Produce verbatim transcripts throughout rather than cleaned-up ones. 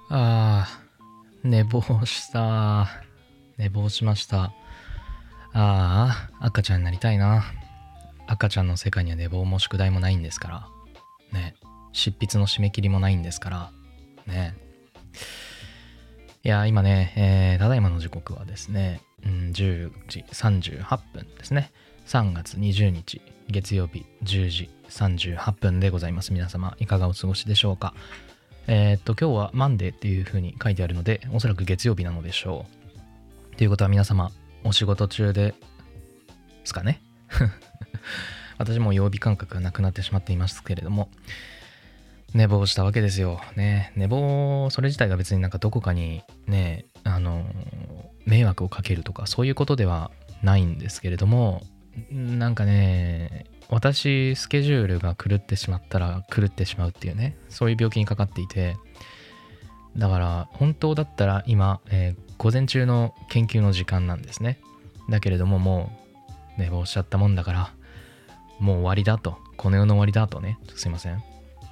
あー、寝坊した。寝坊しました。ああ、赤ちゃんになりたいな。赤ちゃんの世界には寝坊も宿題もないんですから。ね。執筆の締め切りもないんですから。ね。いや、今ね、えー、ただいまの時刻はですね、うん、じゅうじさんじゅうはっぷんですね。さんがつにじゅうにち、月曜日じゅうじさんじゅうはっぷんでございます。皆様、いかがお過ごしでしょうか。えー、っと、今日はマンデーっていう風に書いてあるので、おそらく月曜日なのでしょう。ということは皆様、お仕事中ですかね。私も曜日感覚がなくなってしまっていますけれども、寝坊したわけですよ。ね、寝坊、それ自体が別になんかどこかにね、あの、迷惑をかけるとか、そういうことではないんですけれども、なんかね、私、スケジュールが狂ってしまったら狂ってしまうっていうね、そういう病気にかかっていて、だから本当だったら今、えー午前中の研究の時間なんですね。だけれどももう寝坊しちゃったもんだから、もう終わりだと、この世の終わりだとね、すいません。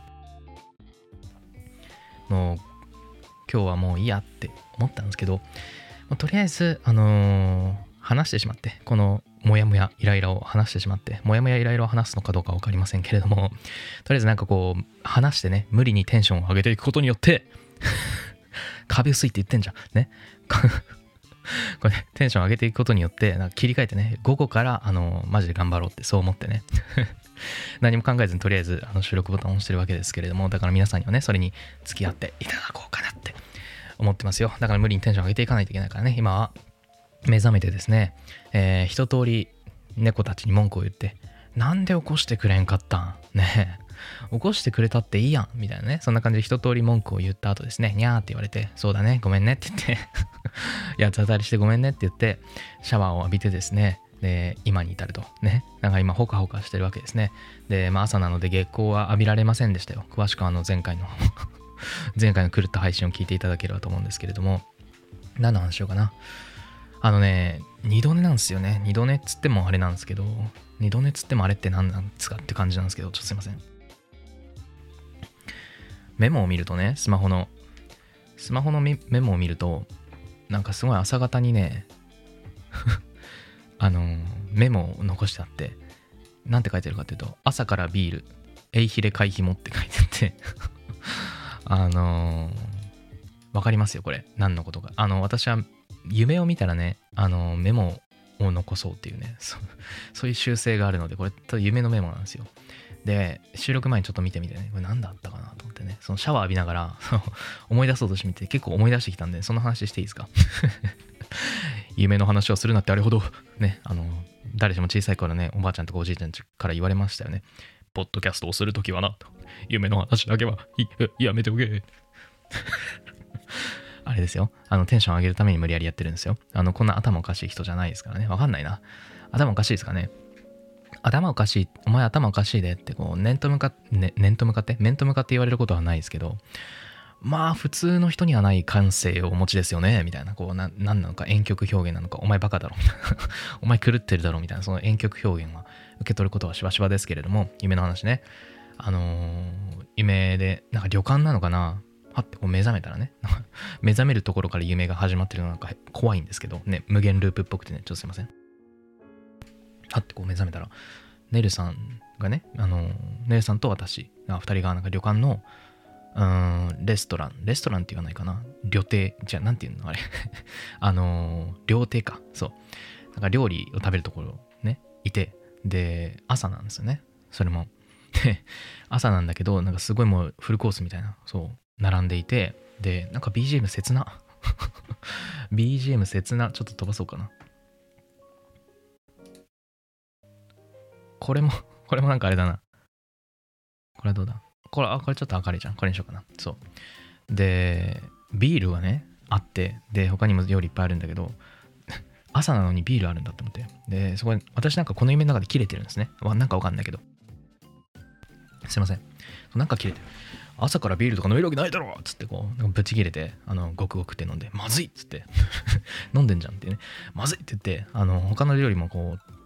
もう今日はもういいやって思ったんですけど、とりあえず、あのー話してしまって、このモヤモヤイライラを話してしまって、モヤモヤイライラを話すのかどうか分かりませんけれども、とりあえずなんかこう、話してね、無理にテンションを上げていくことによって、壁薄いって言ってんじゃん。ね。これ、テンション上げていくことによって、なんか切り替えてね、午後から、あの、マジで頑張ろうってそう思ってね。何も考えずにとりあえずあの収録ボタンを押してるわけですけれども、だから皆さんにはね、それに付き合っていただこうかなって思ってますよ。だから無理にテンション上げていかないといけないからね、今は目覚めてですね、えー、一通り猫たちに文句を言って、なんで起こしてくれんかったんねえ。起こしてくれたっていいやんみたいなね、そんな感じで一通り文句を言った後ですね、にゃーって言われて、そうだね、ごめんねって言って八つ当たりしてごめんねって言ってシャワーを浴びてですね、で今に至るとね、なんか今ホカホカしてるわけですね。で、まあ、朝なので月光は浴びられませんでしたよ。詳しくはあの前回の前回の狂った配信を聞いていただければと思うんですけれども、何の話しようかな。あのね、二度寝なんですよね。二度寝っつってもあれなんですけど、二度寝っつってもあれって何なんですかって感じなんですけど、ちょっとすいません。メモを見るとね、スマホのスマホのメモを見ると、なんかすごい朝方にねあのメモを残してあって、なんて書いてるかっていうと、朝からビールエイヒレ買いひもって書いてあってあのわかりますよこれ、何のことか。あの私は夢を見たらね、あのメモを残そうっていうね、そそういう習性があるので、これただ夢のメモなんですよ。で、収録前にちょっと見てみてね、これ何だったかなと思ってね、そのシャワー浴びながら思い出そうとしてみて、結構思い出してきたんで、その話していいですか夢の話をするなってあれほどね、あの誰しも小さい頃ね、おばあちゃんとかおじいちゃんから言われましたよね。ポッドキャストをするときはなと、夢の話だけはいやめておけあれですよ、あのテンション上げるために無理やりやってるんですよ。あのこんな頭おかしい人じゃないですからね。わかんないな、頭おかしいですかね。頭おかしい、お前頭おかしいでってこう面と向かって、ね、面と向かって面と向かって言われることはないですけど、まあ普通の人にはない感性をお持ちですよねみたいな、こうな何なのか、婉曲表現なのか、お前バカだろみたいなお前狂ってるだろみたいな、その婉曲表現は受け取ることはしばしばですけれども、夢の話ね、あのー、夢でなんか旅館なのかな、はってこう目覚めたらね目覚めるところから夢が始まってるのなんか怖いんですけどね、無限ループっぽくてね、ちょっとすいません。はってこう目覚めたら、ネルさんがね、あのネルさんと私がふたりがなんか旅館のうーんレストランレストランって言わないかな、料亭じゃなんていうのあれあの料亭か、そうなんか料理を食べるところねいて、で朝なんですよね、それもで朝なんだけど、なんかすごいもうフルコースみたいな、そう並んでいて、でなんか ビージーエム 切なビージーエム 切な、ちょっと飛ばそうかな。これもこれもなんかあれだな、これはどうだ、これあこれちょっと明るいじゃん、これにしようかな。そうでビールがねあって、で他にも料理いっぱいあるんだけど朝なのにビールあるんだって思って、でそこで私なんかこの夢の中で切れてるんですね。わなんかわかんないけど、すいません、なんか切れてる、朝からビールとか飲めるわけないだろっつってこうぶち切れて、あのごくごくって飲んで、まずいっつって飲んでんじゃんっていうね、まずいって言って、あの他の料理もこう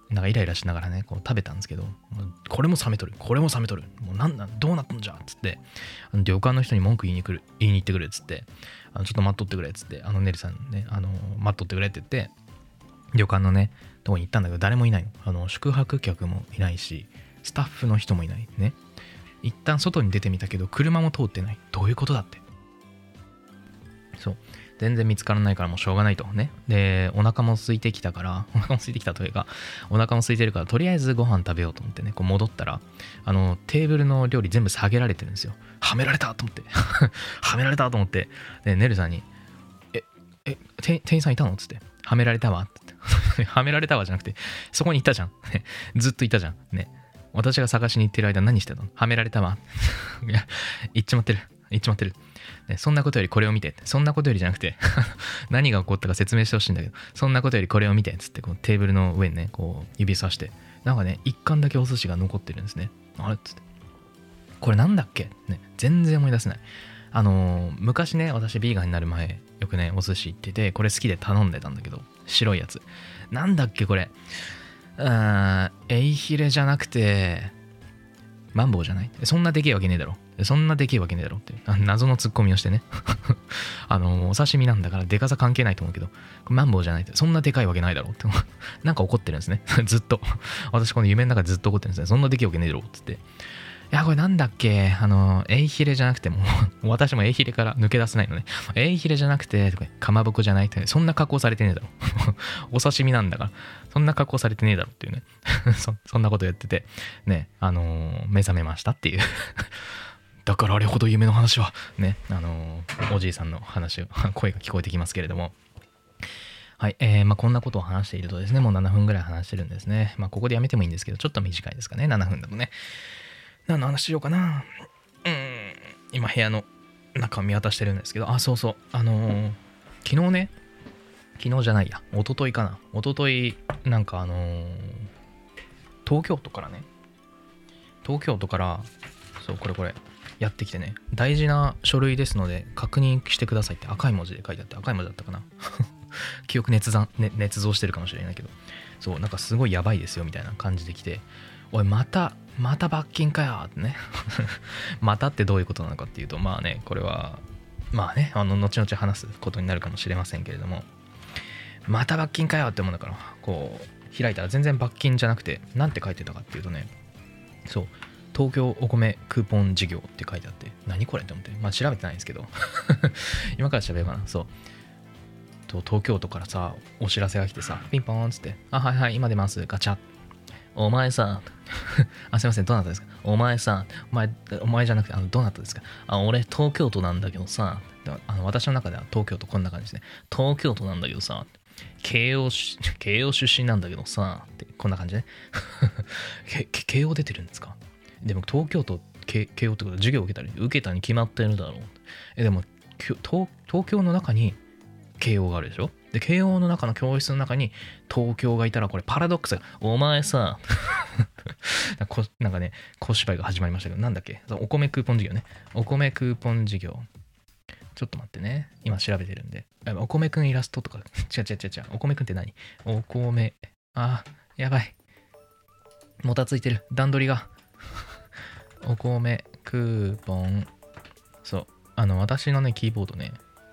なんかイライラしながらねこう食べたんですけど、これも冷めとるこれも冷めとる、もうなんなんどうなったんじゃっつって、あの旅館の人に文句言いに来る言いに行ってくれっつって、あのちょっと待っとってくれっつって、あのネルさんね、あの待っとってくれって言って旅館のねとこに行ったんだけど、誰もいないの。あの宿泊客もいないしスタッフの人もいないね。一旦外に出てみたけど車も通ってない。どういうことだって。そう全然見つからないからもうしょうがないとね。でお腹も空いてきたからお腹も空いてきたというかお腹も空いてるからとりあえずご飯食べようと思ってね、こう戻ったらあのテーブルの料理全部下げられてるんですよ。はめられたと思ってはめられたと思って、でネルさんにええ店員さんいたのっつって、はめられたわってはめられたわじゃなくてそこにいたじゃんずっといたじゃんね。私が探しに行ってる間何してたの。はめられたわいや言っちまってる言っちまってる、ね、そんなことよりこれを見て、そんなことよりじゃなくて何が起こったか説明してほしいんだけど、そんなことよりこれを見てっつってこうテーブルの上にねこう指さして、なんかね一貫だけお寿司が残ってるんですね。あれっつって、これなんだっけね、全然思い出せない。あのー、昔ね私ビーガンになる前よくねお寿司行ってて、これ好きで頼んでたんだけど、白いやつなんだっけこれ、うーんエイヒレじゃなくてマンボウじゃない、そんなでけえわけねえだろ、そんなでけえわけねえだろって謎のツッコミをしてねあのお刺身なんだからでかさ関係ないと思うけどマンボウじゃないって、そんなでかいわけないだろってなんか怒ってるんですねずっと私この夢の中でずっと怒ってるんですね。そんなでけえわけねえだろっつって、いやこれなんだっけ、あのエイヒレじゃなくても私もエイヒレから抜け出せないのね。エイヒレじゃなくてかまぼこじゃないって、そんな格好されてねえだろお刺身なんだからそんな格好されてねえだろっていうねそ, そんなことやっててね、あのー、目覚めましたっていうだからあれほど夢の話はね、あのー、おじいさんの話声が聞こえてきますけれども、はい、えー、まあこんなことを話しているとですね、もうななふんぐらい話してるんですね。まあここでやめてもいいんですけど、ちょっと短いですかね、ななふんだとね。何の話しようかな。うーん今部屋の中を見渡してるんですけど、あそうそうあのー、昨日ね昨日じゃないや一昨日かな一昨日なんかあのー、東京都からね東京都からそうこれこれやってきてね、大事な書類ですので確認してくださいって赤い文字で書いてあって、赤い文字だったかな記憶捏造、ね、捏造してるかもしれないけど、そうなんかすごいやばいですよみたいな感じで来て、おいまたまた罰金かよってねまたってどういうことなのかっていうと、まあねこれはまあねあの後々話すことになるかもしれませんけれども、また罰金かよって思うんだから、こう開いたら全然罰金じゃなくてなんて書いてたかっていうとね、そう東京お米クーポン事業って書いてあって、何これって思って、まあ調べてないんですけど今から調べようかな。そうと東京都からさお知らせが来てさ、ピンポーンっつって、あはいはい今出ますガチャ、お前さあすいませんどなたですか、お前さお前お前じゃなくてあのどなたですか、あ俺東京都なんだけどさ、あの私の中では東京都こんな感じですね、東京都なんだけどさ、慶応慶応出身なんだけどさってこんな感じね慶応出てるんですか、でも東京都慶応ってこと授業受けたり受けたに決まってるだろう、えでも東東京の中に慶応があるでしょ、で慶応の中の教室の中に東京がいたらこれパラドックス、お前さなんかね小芝居が始まりましたけど、なんだっけ、お米クーポン事業ね、お米クーポン事業、ちょっと待ってね今調べてるんで、お米くんイラストとか違う違う違う違う、お米くんって何、お米、あやばいもたついてる段取りがお米クーポン、そうあの私のねキーボードね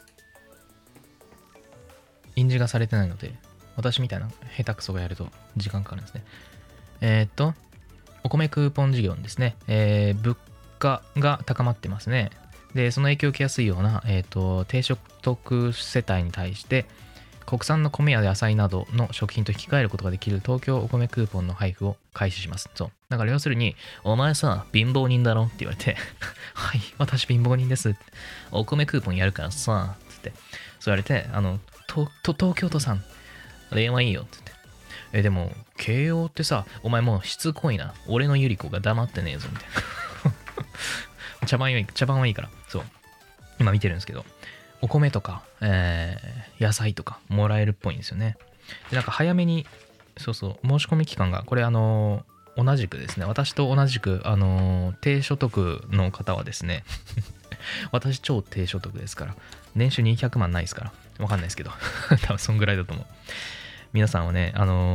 印字がされてないので、私みたいな下手くそがやると時間かかるんですね。えー、っとお米クーポン事業ですね、えー、物価が高まってますね。でその影響を受けやすいような、えー、と低所得世帯に対して国産の米や野菜などの食品と引き換えることができる東京お米クーポンの配布を開始します。そうだから要するにお前さ貧乏人だろって言われてはい私貧乏人ですお米クーポンやるからさつってそう言われて、あのとと東京都さん令和いいよって言って、えでも慶応ってさお前もうしつこいな、俺のゆり子が黙ってねえぞみたいな茶番はいい茶番はいいから、そう今見てるんですけどお米とか、えー、野菜とかもらえるっぽいんですよね。でなんか早めにそうそう申し込み期間がこれあのー、同じくですね、私と同じくあのー、低所得の方はですね私超低所得ですから年収にひゃくまんないですからわかんないですけど多分そんぐらいだと思う。皆さんはねあのー、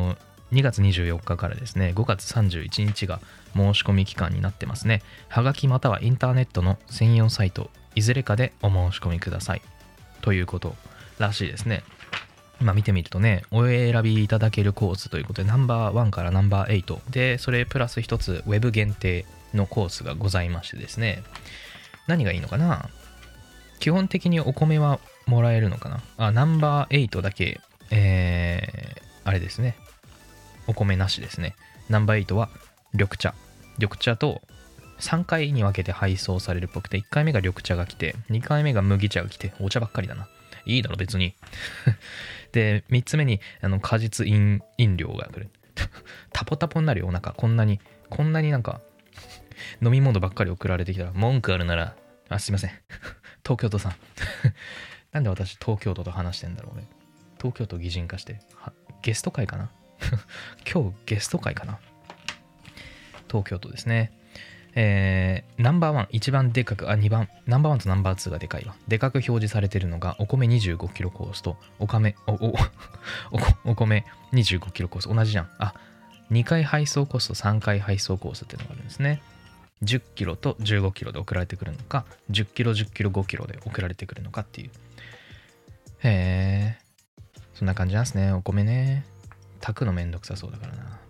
にがつにじゅうよっかからですねごがつさんじゅういちにちが申し込み期間になってますね。はがきまたはインターネットの専用サイトいずれかでお申し込みくださいということらしいですね。今見てみるとね、お選びいただけるコースということでナンバーワンからナンバーエイトで、それプラス一つウェブ限定のコースがございましてですね、何がいいのかな。基本的にお米はもらえるのかなあ。ナンバーエイトだけえー、あれですね、お米なしですね。ナンバーエイトは緑茶緑茶とさんかいに分けて配送されるっぽくて、いっかいめが緑茶が来て、にかいめが麦茶が来て、お茶ばっかりだな、いいだろ別にでみっつめにあの果実飲飲料が来るタポタポになるよお腹。こんなにこんなになんか飲み物ばっかり送られてきたら文句あるなら、あすいません東京都さんなんで私東京都と話してんだろうね。東京都擬人化してゲスト会かな今日ゲスト会かな。東京都ですね。えー、ナンバーワン一番でかく、あにばんナンバーワンとナンバーツーがでかいわ。でかく表示されてるのがお米にじゅうごキロコースとお米おおお米にじゅうごキロコース同じじゃん。あ、にかい配送コースとさんかい配送コースっていうのがあるんですね。じゅっキロとじゅうごキロで送られてくるのか、じゅっキロじゅっキロごキロで送られてくるのかっていう。へえ、そんな感じなんですね。お米ね、炊くのめんどくさそうだからな。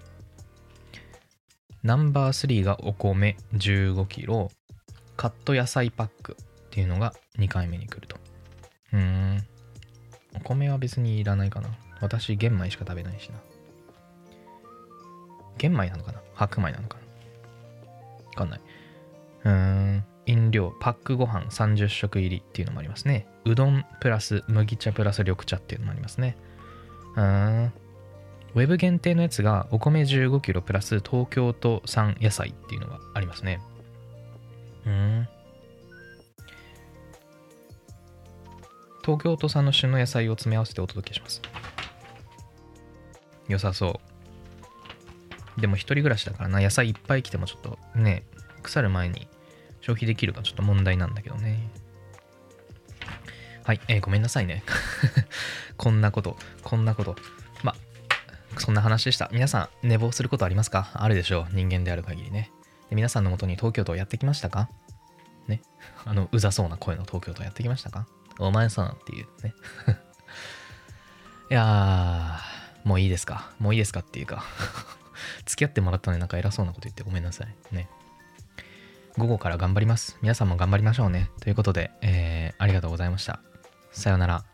ナンバースリーがお米じゅうごキロカット野菜パックっていうのがにかいめに来ると。うーん、お米は別にいらないかな。私玄米しか食べないしな。玄米なのかな白米なのかなわかんない。うーん、飲料パックご飯さんじゅっしょく入りっていうのもありますね。うどんプラス麦茶プラス緑茶っていうのもありますね。うーん、ウェブ限定のやつがお米じゅうごキロプラス東京都産野菜っていうのがありますね。うーん、東京都産の旬の野菜を詰め合わせてお届けします。良さそう。でも一人暮らしだからな、野菜いっぱい来てもちょっとね、腐る前に消費できるかちょっと問題なんだけどね。はい、えー、ごめんなさいねこんなことこんなことまそんな話でした。皆さん寝坊することありますか？あるでしょう、人間である限りね。で皆さんの元に東京都やってきましたかね。あのうざそうな声の東京都やってきましたか？お前さんっていうねいやー、もういいですかもういいですかっていうか付き合ってもらったのになんか偉そうなこと言ってごめんなさいね。午後から頑張ります。皆さんも頑張りましょうね。ということで、えー、ありがとうございました。さようなら。